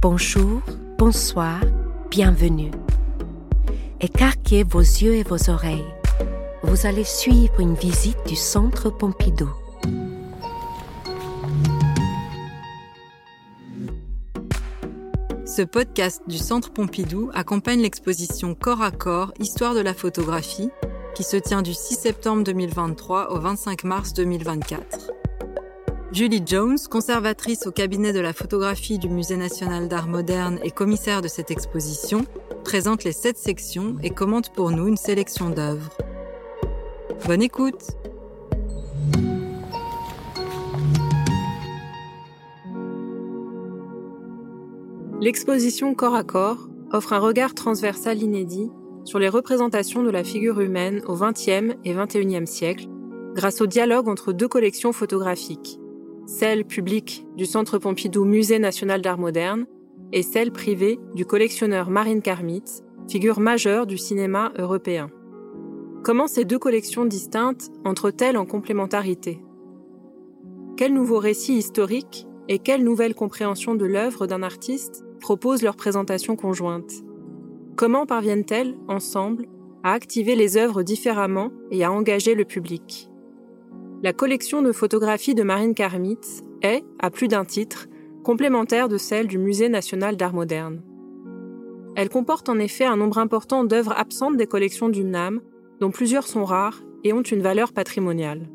Bonjour, bonsoir, bienvenue. Écarquez vos yeux et vos oreilles. Vous allez suivre une visite du Centre Pompidou. Ce podcast du Centre Pompidou accompagne l'exposition Corps à corps, Histoire de la photographie, qui se tient du 6 septembre 2023 au 25 mars 2024. Julie Jones, conservatrice au cabinet de la photographie du Musée national d'art moderne et commissaire de cette exposition, présente les 7 sections et commente pour nous une sélection d'œuvres. Bonne écoute! L'exposition Corps à corps offre un regard transversal inédit sur les représentations de la figure humaine au XXe et XXIe siècle grâce au dialogue entre deux collections photographiques, celle publique du Centre Pompidou Musée national d'art moderne et celle privée du collectionneur Marine Karmitz, figure majeure du cinéma européen. Comment ces deux collections distinctes entrent-elles en complémentarité ? Quels nouveaux récits historiques et quelle nouvelle compréhension de l'œuvre d'un artiste proposent leur présentation conjointe ? Comment parviennent-elles, ensemble, à activer les œuvres différemment et à engager le public ? La collection de photographies de Marine Karmitz est, à plus d'un titre, complémentaire de celle du Musée national d'art moderne. Elle comporte en effet un nombre important d'œuvres absentes des collections du MNAM, dont plusieurs sont rares et ont une valeur patrimoniale.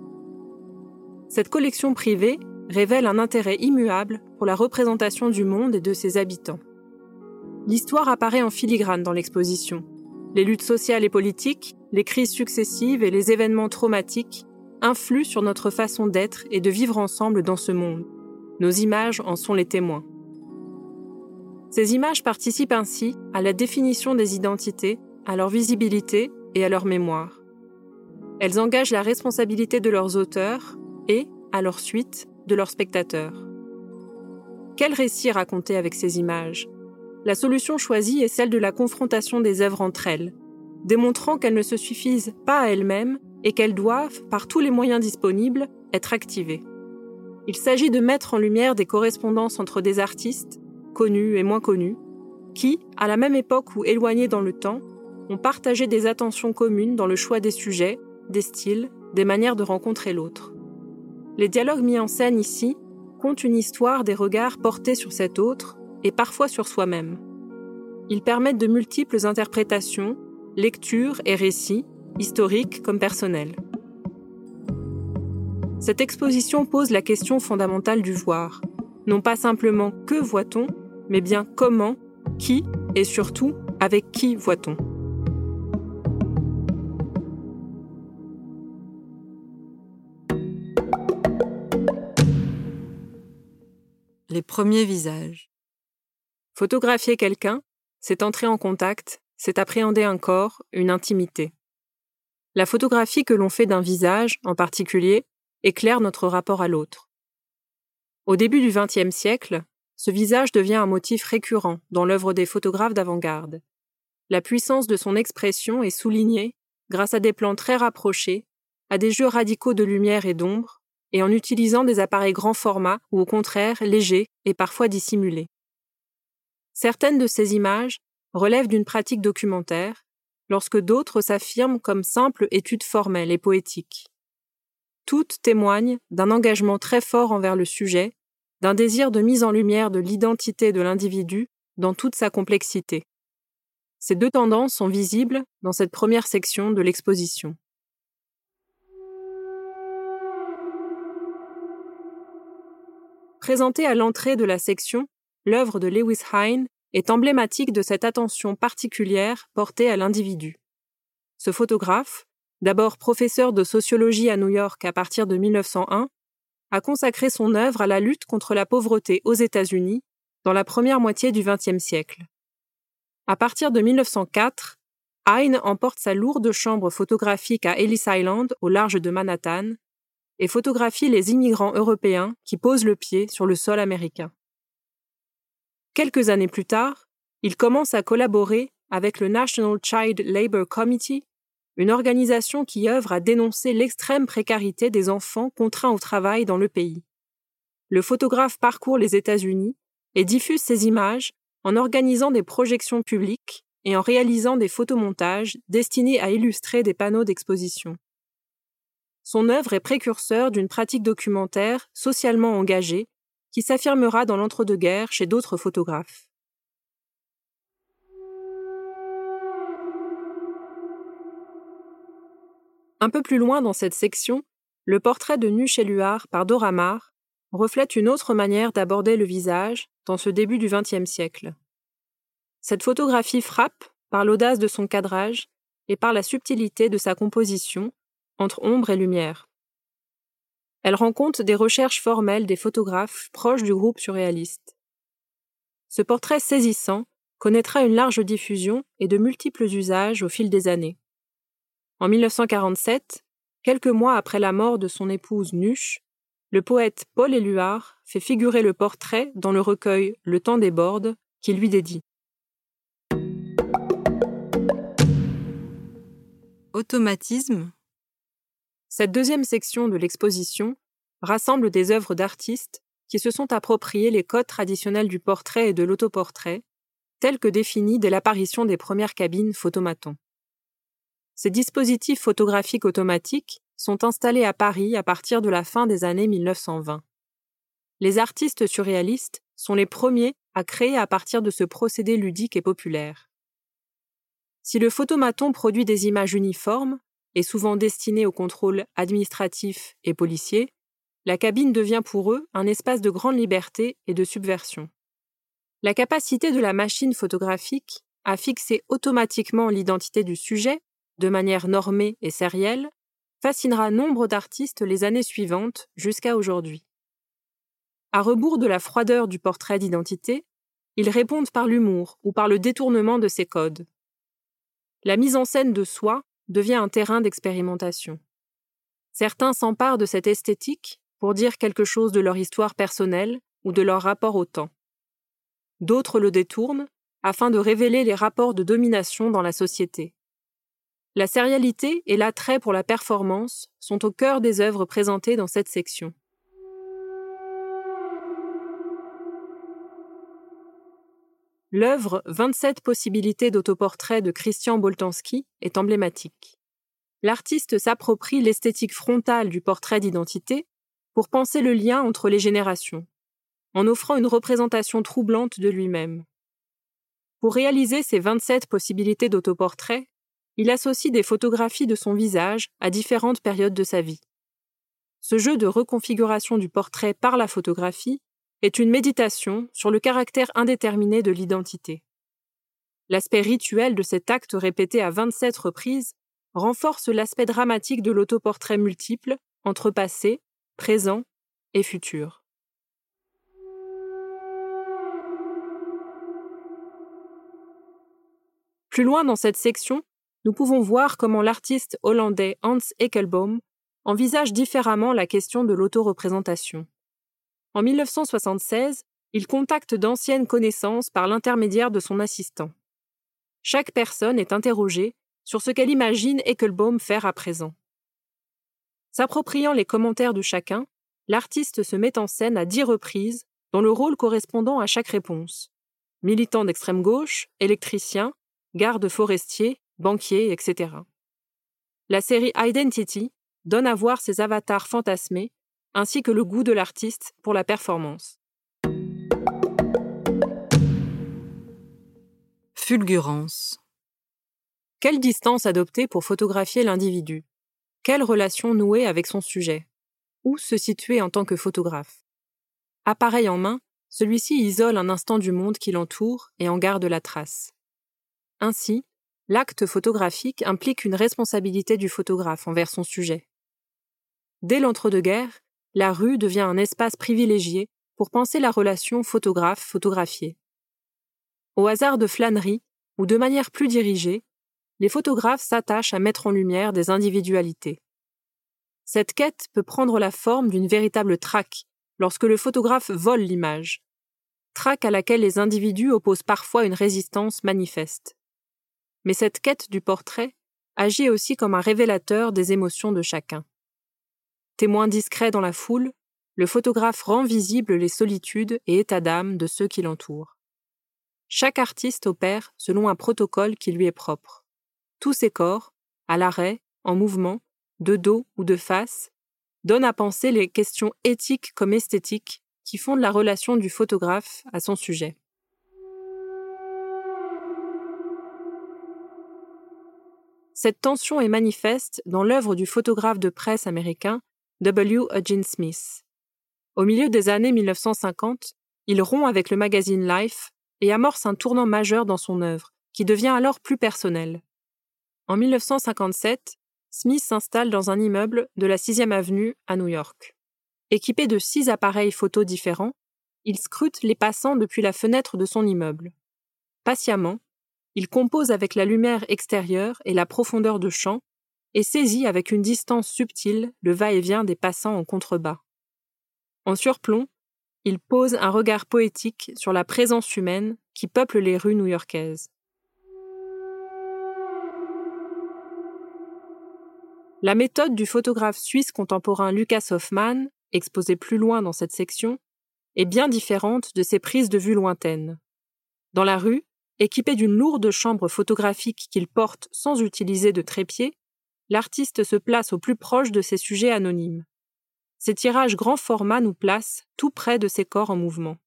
Cette collection privée révèle un intérêt immuable pour la représentation du monde et de ses habitants. L'histoire apparaît en filigrane dans l'exposition. Les luttes sociales et politiques, les crises successives et les événements traumatiques influent sur notre façon d'être et de vivre ensemble dans ce monde. Nos images en sont les témoins. Ces images participent ainsi à la définition des identités, à leur visibilité et à leur mémoire. Elles engagent la responsabilité de leurs auteurs et, à leur suite, de leurs spectateurs. Quel récit raconter avec ces images ? La solution choisie est celle de la confrontation des œuvres entre elles, démontrant qu'elles ne se suffisent pas à elles-mêmes et qu'elles doivent, par tous les moyens disponibles, être activées. Il s'agit de mettre en lumière des correspondances entre des artistes, connus et moins connus, qui, à la même époque ou éloignés dans le temps, ont partagé des attentions communes dans le choix des sujets, des styles, des manières de rencontrer l'autre. Les dialogues mis en scène ici content une histoire des regards portés sur cet autre et parfois sur soi-même. Ils permettent de multiples interprétations, lectures et récits, historiques comme personnels. Cette exposition pose la question fondamentale du voir. Non pas simplement que voit-on, mais bien comment, qui et surtout avec qui voit-on. Les premiers visages. Photographier quelqu'un, c'est entrer en contact, c'est appréhender un corps, une intimité. La photographie que l'on fait d'un visage, en particulier, éclaire notre rapport à l'autre. Au début du XXe siècle, ce visage devient un motif récurrent dans l'œuvre des photographes d'avant-garde. La puissance de son expression est soulignée grâce à des plans très rapprochés, à des jeux radicaux de lumière et d'ombre, et en utilisant des appareils grand format ou au contraire légers et parfois dissimulés. Certaines de ces images relèvent d'une pratique documentaire, lorsque d'autres s'affirment comme simples études formelles et poétiques. Toutes témoignent d'un engagement très fort envers le sujet, d'un désir de mise en lumière de l'identité de l'individu dans toute sa complexité. Ces deux tendances sont visibles dans cette première section de l'exposition. Présentée à l'entrée de la section, l'œuvre de Lewis Hine est emblématique de cette attention particulière portée à l'individu. Ce photographe, d'abord professeur de sociologie à New York à partir de 1901, a consacré son œuvre à la lutte contre la pauvreté aux États-Unis dans la première moitié du XXe siècle. À partir de 1904, Hine emporte sa lourde chambre photographique à Ellis Island, au large de Manhattan, et photographie les immigrants européens qui posent le pied sur le sol américain. Quelques années plus tard, il commence à collaborer avec le National Child Labor Committee, une organisation qui œuvre à dénoncer l'extrême précarité des enfants contraints au travail dans le pays. Le photographe parcourt les États-Unis et diffuse ces images en organisant des projections publiques et en réalisant des photomontages destinés à illustrer des panneaux d'exposition. Son œuvre est précurseur d'une pratique documentaire socialement engagée qui s'affirmera dans l'entre-deux-guerres chez d'autres photographes. Un peu plus loin dans cette section, le portrait de Nu chez Luard par Dora Maar reflète une autre manière d'aborder le visage dans ce début du XXe siècle. Cette photographie frappe par l'audace de son cadrage et par la subtilité de sa composition entre ombre et lumière. Elle rend compte des recherches formelles des photographes proches du groupe surréaliste. Ce portrait saisissant connaîtra une large diffusion et de multiples usages au fil des années. En 1947, quelques mois après la mort de son épouse Nuche, le poète Paul Éluard fait figurer le portrait dans le recueil Le temps déborde qu'il lui dédie. Automatisme. Cette deuxième section de l'exposition rassemble des œuvres d'artistes qui se sont appropriés les codes traditionnels du portrait et de l'autoportrait, tels que définis dès l'apparition des premières cabines photomatons. Ces dispositifs photographiques automatiques sont installés à Paris à partir de la fin des années 1920. Les artistes surréalistes sont les premiers à créer à partir de ce procédé ludique et populaire. Si le photomaton produit des images uniformes et souvent destinées au contrôle administratif et policier, la cabine devient pour eux un espace de grande liberté et de subversion. La capacité de la machine photographique à fixer automatiquement l'identité du sujet de manière normée et sérielle, fascinera nombre d'artistes les années suivantes jusqu'à aujourd'hui. À rebours de la froideur du portrait d'identité, ils répondent par l'humour ou par le détournement de ces codes. La mise en scène de soi devient un terrain d'expérimentation. Certains s'emparent de cette esthétique pour dire quelque chose de leur histoire personnelle ou de leur rapport au temps. D'autres le détournent afin de révéler les rapports de domination dans la société. La sérialité et l'attrait pour la performance sont au cœur des œuvres présentées dans cette section. L'œuvre 27 possibilités d'autoportrait de Christian Boltanski est emblématique. L'artiste s'approprie l'esthétique frontale du portrait d'identité pour penser le lien entre les générations, en offrant une représentation troublante de lui-même. Pour réaliser ces 27 possibilités d'autoportrait, il associe des photographies de son visage à différentes périodes de sa vie. Ce jeu de reconfiguration du portrait par la photographie est une méditation sur le caractère indéterminé de l'identité. L'aspect rituel de cet acte répété à 27 reprises renforce l'aspect dramatique de l'autoportrait multiple entre passé, présent et futur. Plus loin dans cette section, nous pouvons voir comment l'artiste hollandais Hans Ekelboom envisage différemment la question de l'autoreprésentation. En 1976, il contacte d'anciennes connaissances par l'intermédiaire de son assistant. Chaque personne est interrogée sur ce qu'elle imagine Ekelboom faire à présent. S'appropriant les commentaires de chacun, l'artiste se met en scène à 10 reprises dans le rôle correspondant à chaque réponse. Militant d'extrême gauche, électricien, garde forestier, banquier, etc. La série Identity donne à voir ces avatars fantasmés, ainsi que le goût de l'artiste pour la performance. Fulgurance. Quelle distance adopter pour photographier l'individu ? Quelle relation nouer avec son sujet ? Où se situer en tant que photographe ? Appareil en main, celui-ci isole un instant du monde qui l'entoure et en garde la trace. Ainsi, l'acte photographique implique une responsabilité du photographe envers son sujet. Dès l'entre-deux-guerres, la rue devient un espace privilégié pour penser la relation photographe-photographié. Au hasard de flâneries ou de manière plus dirigée, les photographes s'attachent à mettre en lumière des individualités. Cette quête peut prendre la forme d'une véritable traque lorsque le photographe vole l'image, traque à laquelle les individus opposent parfois une résistance manifeste. Mais cette quête du portrait agit aussi comme un révélateur des émotions de chacun. Témoin discret dans la foule, le photographe rend visibles les solitudes et états d'âme de ceux qui l'entourent. Chaque artiste opère selon un protocole qui lui est propre. Tous ses corps, à l'arrêt, en mouvement, de dos ou de face, donnent à penser les questions éthiques comme esthétiques qui fondent la relation du photographe à son sujet. Cette tension est manifeste dans l'œuvre du photographe de presse américain W. Eugene Smith. Au milieu des années 1950, il rompt avec le magazine Life et amorce un tournant majeur dans son œuvre, qui devient alors plus personnelle. En 1957, Smith s'installe dans un immeuble de la 6e avenue à New York. Équipé de 6 appareils photos différents, il scrute les passants depuis la fenêtre de son immeuble. Patiemment, il compose avec la lumière extérieure et la profondeur de champ et saisit avec une distance subtile le va-et-vient des passants en contrebas. En surplomb, il pose un regard poétique sur la présence humaine qui peuple les rues new-yorkaises. La méthode du photographe suisse contemporain Lucas Hoffmann, exposée plus loin dans cette section, est bien différente de ses prises de vue lointaines. Dans la rue, équipé d'une lourde chambre photographique qu'il porte sans utiliser de trépied, l'artiste se place au plus proche de ses sujets anonymes. Ses tirages grand format nous placent tout près de ses corps en mouvement.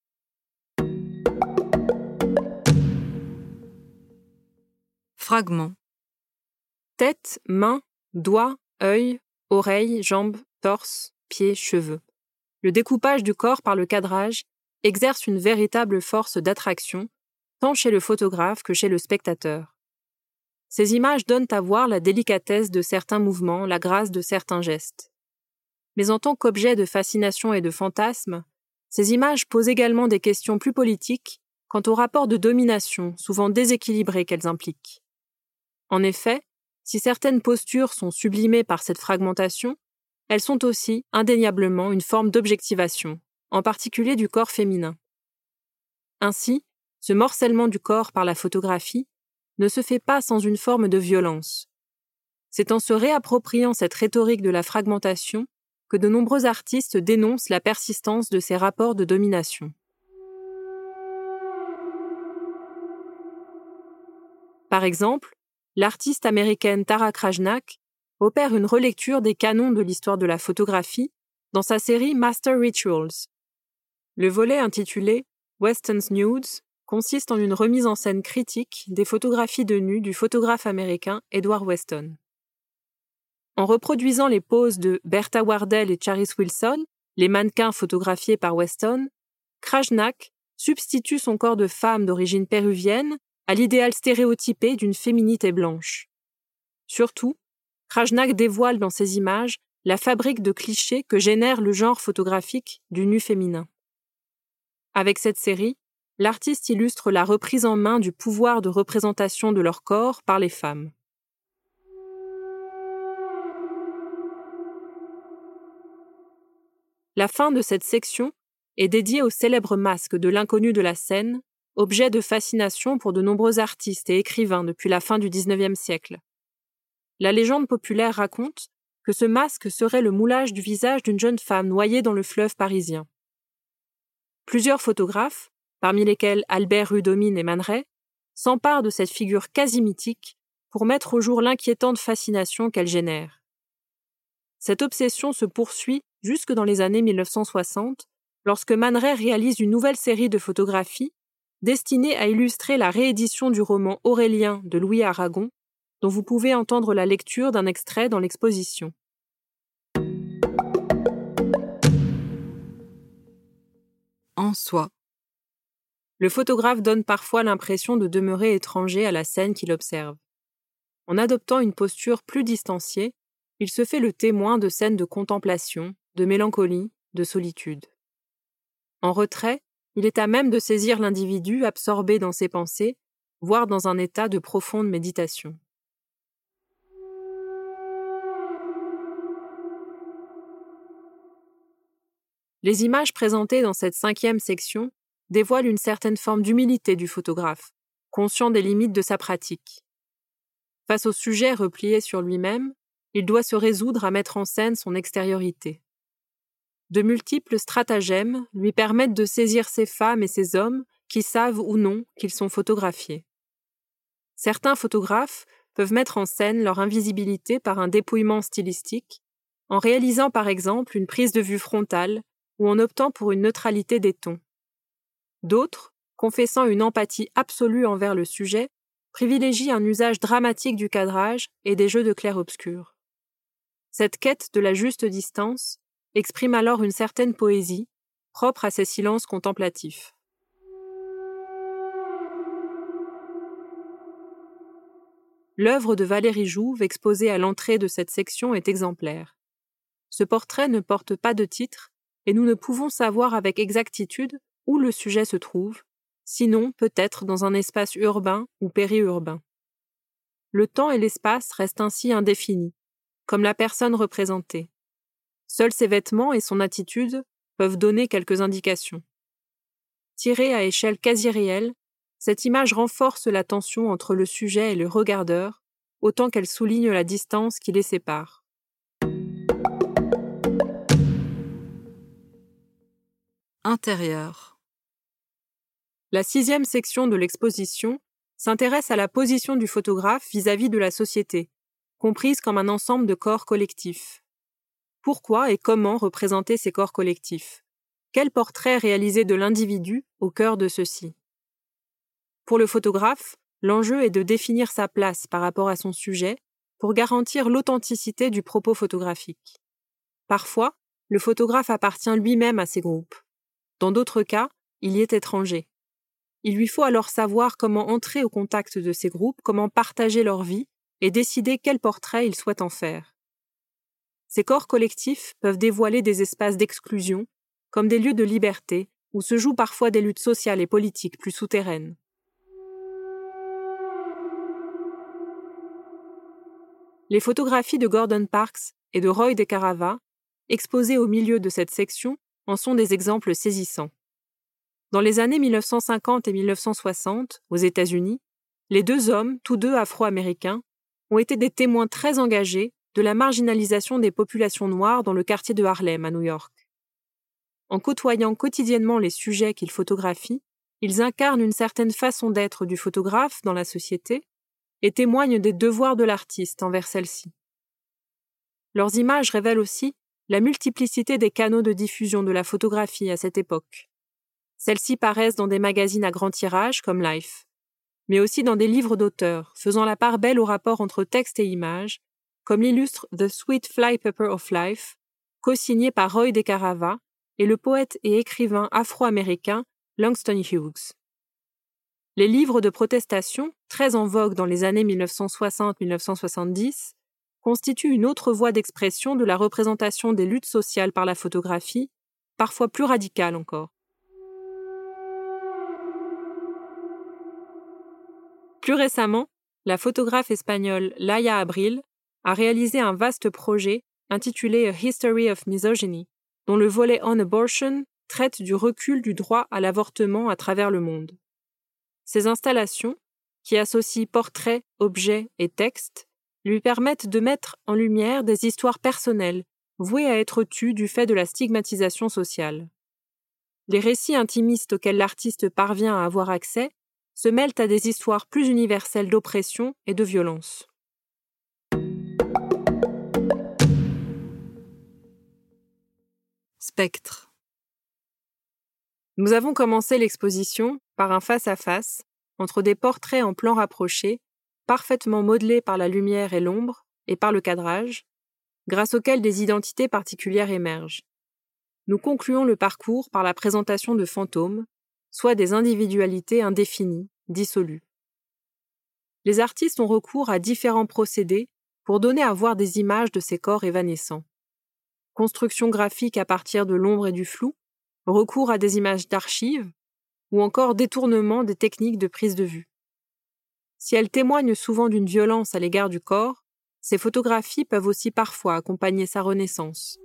Fragments. Tête, mains, doigts, œils, oreilles, jambes, torse, pieds, cheveux. Le découpage du corps par le cadrage exerce une véritable force d'attraction, tant chez le photographe que chez le spectateur. Ces images donnent à voir la délicatesse de certains mouvements, la grâce de certains gestes. Mais en tant qu'objet de fascination et de fantasme, ces images posent également des questions plus politiques quant au rapport de domination souvent déséquilibré qu'elles impliquent. En effet, si certaines postures sont sublimées par cette fragmentation, elles sont aussi indéniablement une forme d'objectivation, en particulier du corps féminin. Ainsi, ce morcellement du corps par la photographie ne se fait pas sans une forme de violence. C'est en se réappropriant cette rhétorique de la fragmentation que de nombreux artistes dénoncent la persistance de ces rapports de domination. Par exemple, l'artiste américaine Tara Krajnak opère une relecture des canons de l'histoire de la photographie dans sa série Master Rituals. Le volet intitulé Weston's Nudes consiste en une remise en scène critique des photographies de nus du photographe américain Edward Weston. En reproduisant les poses de Bertha Wardell et Charis Wilson, les mannequins photographiés par Weston, Krajnak substitue son corps de femme d'origine péruvienne à l'idéal stéréotypé d'une féminité blanche. Surtout, Krajnak dévoile dans ses images la fabrique de clichés que génère le genre photographique du nu féminin. Avec cette série, l'artiste illustre la reprise en main du pouvoir de représentation de leur corps par les femmes. La fin de cette section est dédiée au célèbre masque de l'inconnu de la scène, objet de fascination pour de nombreux artistes et écrivains depuis la fin du XIXe siècle. La légende populaire raconte que ce masque serait le moulage du visage d'une jeune femme noyée dans le fleuve parisien. Plusieurs photographes, parmi lesquels Albert Rudomine et Man Ray, s'emparent de cette figure quasi mythique pour mettre au jour l'inquiétante fascination qu'elle génère. Cette obsession se poursuit jusque dans les années 1960, lorsque Man Ray réalise une nouvelle série de photographies destinée à illustrer la réédition du roman Aurélien de Louis Aragon, dont vous pouvez entendre la lecture d'un extrait dans l'exposition. En soi. Le photographe donne parfois l'impression de demeurer étranger à la scène qu'il observe. En adoptant une posture plus distanciée, il se fait le témoin de scènes de contemplation, de mélancolie, de solitude. En retrait, il est à même de saisir l'individu absorbé dans ses pensées, voire dans un état de profonde méditation. Les images présentées dans cette 5e section dévoilent une certaine forme d'humilité du photographe, conscient des limites de sa pratique. Face au sujet replié sur lui-même, il doit se résoudre à mettre en scène son extériorité. De multiples stratagèmes lui permettent de saisir ces femmes et ces hommes qui savent ou non qu'ils sont photographiés. Certains photographes peuvent mettre en scène leur invisibilité par un dépouillement stylistique, en réalisant par exemple une prise de vue frontale ou en optant pour une neutralité des tons. D'autres, confessant une empathie absolue envers le sujet, privilégient un usage dramatique du cadrage et des jeux de clair-obscur. Cette quête de la juste distance exprime alors une certaine poésie, propre à ces silences contemplatifs. L'œuvre de Valérie Jouve exposée à l'entrée de cette section est exemplaire. Ce portrait ne porte pas de titre et nous ne pouvons savoir avec exactitude où le sujet se trouve, sinon peut-être dans un espace urbain ou périurbain. Le temps et l'espace restent ainsi indéfinis, comme la personne représentée. Seuls ses vêtements et son attitude peuvent donner quelques indications. Tirée à échelle quasi réelle, cette image renforce la tension entre le sujet et le regardeur, autant qu'elle souligne la distance qui les sépare. Intérieur. La 6e section de l'exposition s'intéresse à la position du photographe vis-à-vis de la société, comprise comme un ensemble de corps collectifs. Pourquoi et comment représenter ces corps collectifs ? Quel portrait réaliser de l'individu au cœur de ceux-ci ? Pour le photographe, l'enjeu est de définir sa place par rapport à son sujet pour garantir l'authenticité du propos photographique. Parfois, le photographe appartient lui-même à ces groupes. Dans d'autres cas, il y est étranger. Il lui faut alors savoir comment entrer au contact de ces groupes, comment partager leur vie et décider quel portrait il souhaite en faire. Ces corps collectifs peuvent dévoiler des espaces d'exclusion, comme des lieux de liberté, où se jouent parfois des luttes sociales et politiques plus souterraines. Les photographies de Gordon Parks et de Roy DeCarava, exposées au milieu de cette section, en sont des exemples saisissants. Dans les années 1950 et 1960, aux États-Unis, les deux hommes, tous deux afro-américains, ont été des témoins très engagés de la marginalisation des populations noires dans le quartier de Harlem, à New York. En côtoyant quotidiennement les sujets qu'ils photographient, ils incarnent une certaine façon d'être du photographe dans la société et témoignent des devoirs de l'artiste envers celle-ci. Leurs images révèlent aussi la multiplicité des canaux de diffusion de la photographie à cette époque. Celles-ci paraissent dans des magazines à grand tirage comme Life, mais aussi dans des livres d'auteurs, faisant la part belle au rapport entre texte et image, comme l'illustre The Sweet Flypaper of Life, co-signé par Roy DeCarava et le poète et écrivain afro-américain Langston Hughes. Les livres de protestation, très en vogue dans les années 1960-1970, constituent une autre voie d'expression de la représentation des luttes sociales par la photographie, parfois plus radicale encore. Plus récemment, la photographe espagnole Laia Abril a réalisé un vaste projet intitulé A History of Misogyny, dont le volet On Abortion traite du recul du droit à l'avortement à travers le monde. Ces installations, qui associent portraits, objets et textes, lui permettent de mettre en lumière des histoires personnelles, vouées à être tues du fait de la stigmatisation sociale. Les récits intimistes auxquels l'artiste parvient à avoir accès se mêlent à des histoires plus universelles d'oppression et de violence. Spectre. Nous avons commencé l'exposition par un face-à-face entre des portraits en plan rapproché, parfaitement modelés par la lumière et l'ombre et par le cadrage, grâce auxquels des identités particulières émergent. Nous concluons le parcours par la présentation de fantômes, soit des individualités indéfinies, dissolues. Les artistes ont recours à différents procédés pour donner à voir des images de ces corps évanescents. Construction graphique à partir de l'ombre et du flou, recours à des images d'archives, ou encore détournement des techniques de prise de vue. Si elles témoignent souvent d'une violence à l'égard du corps, ces photographies peuvent aussi parfois accompagner sa renaissance.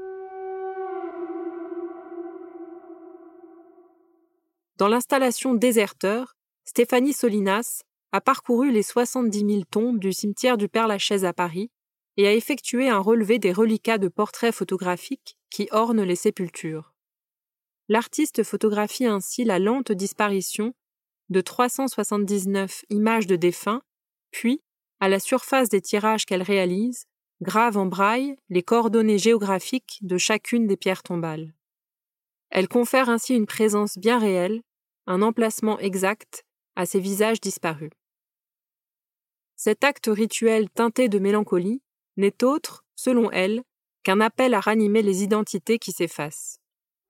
Dans l'installation Déserteur, Stéphanie Solinas a parcouru les 70 000 tombes du cimetière du Père-Lachaise à Paris et a effectué un relevé des reliquats de portraits photographiques qui ornent les sépultures. L'artiste photographie ainsi la lente disparition de 379 images de défunts, puis, à la surface des tirages qu'elle réalise, grave en braille les coordonnées géographiques de chacune des pierres tombales. Elle confère ainsi une présence bien réelle, un emplacement exact à ces visages disparus. Cet acte rituel teinté de mélancolie n'est autre, selon elle, qu'un appel à ranimer les identités qui s'effacent.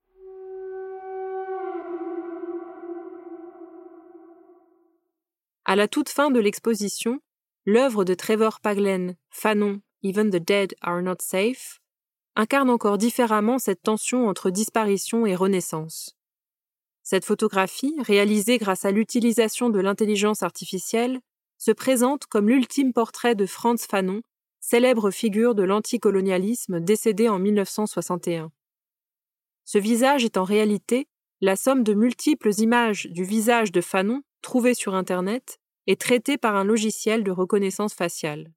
À la toute fin de l'exposition, l'œuvre de Trevor Paglen, Fanon, Even the Dead Are Not Safe, incarne encore différemment cette tension entre disparition et renaissance. Cette photographie, réalisée grâce à l'utilisation de l'intelligence artificielle, se présente comme l'ultime portrait de Frantz Fanon, célèbre figure de l'anticolonialisme décédé en 1961. Ce visage est en réalité la somme de multiples images du visage de Fanon trouvées sur Internet et traitées par un logiciel de reconnaissance faciale.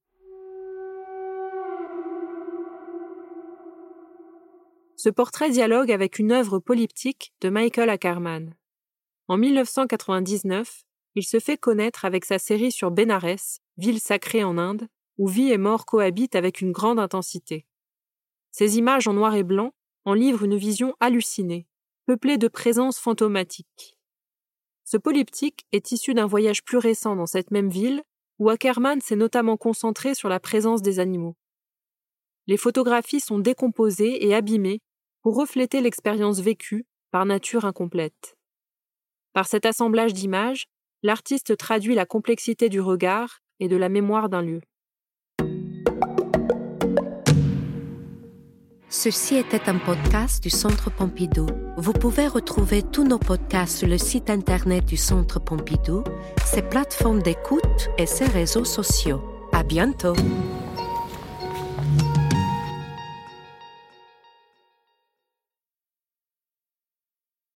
Ce portrait dialogue avec une œuvre polyptyque de Michael Ackerman. En 1999, il se fait connaître avec sa série sur Bénarès, ville sacrée en Inde, où vie et mort cohabitent avec une grande intensité. Ces images en noir et blanc en livrent une vision hallucinée, peuplée de présences fantomatiques. Ce polyptyque est issu d'un voyage plus récent dans cette même ville, où Ackerman s'est notamment concentré sur la présence des animaux. Les photographies sont décomposées et abîmées pour refléter l'expérience vécue, par nature incomplète. Par cet assemblage d'images, l'artiste traduit la complexité du regard et de la mémoire d'un lieu. Ceci était un podcast du Centre Pompidou. Vous pouvez retrouver tous nos podcasts sur le site internet du Centre Pompidou, ses plateformes d'écoute et ses réseaux sociaux. À bientôt!